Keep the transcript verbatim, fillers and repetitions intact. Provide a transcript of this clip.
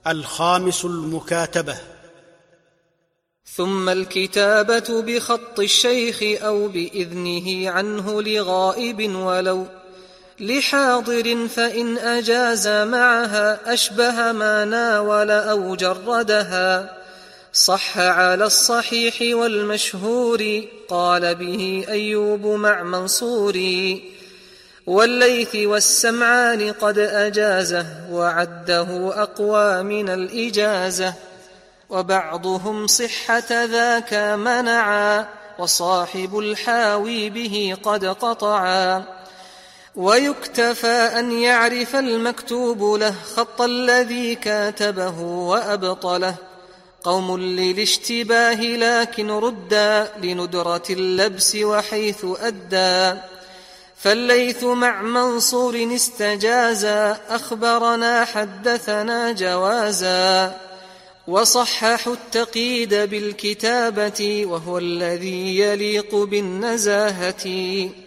الخامس المكاتبة. ثم الكتابة بخط الشيخ أو بإذنه عنه لغائب ولو لحاضر، فإن أجاز معها أشبه ما ناول أو جردها. صح على الصحيح والمشهور، قال به أيوب مع منصور، والليث والسمعان قد أجازه، وعده أقوى من الإجازة. وبعضهم صحة ذاك منعا، وصاحب الحاوي به قد قطعا. ويكتفى أن يعرف المكتوب له خط الذي كاتبه وأبطله. قوم للاشتباه لكن ردا لندرة اللبس وحيث أدى. فالليث مع منصور استجازا، أخبرنا حدثنا جوازا. وصححوا التقييد بالكتابة، وهو الذي يليق بالنزاهة.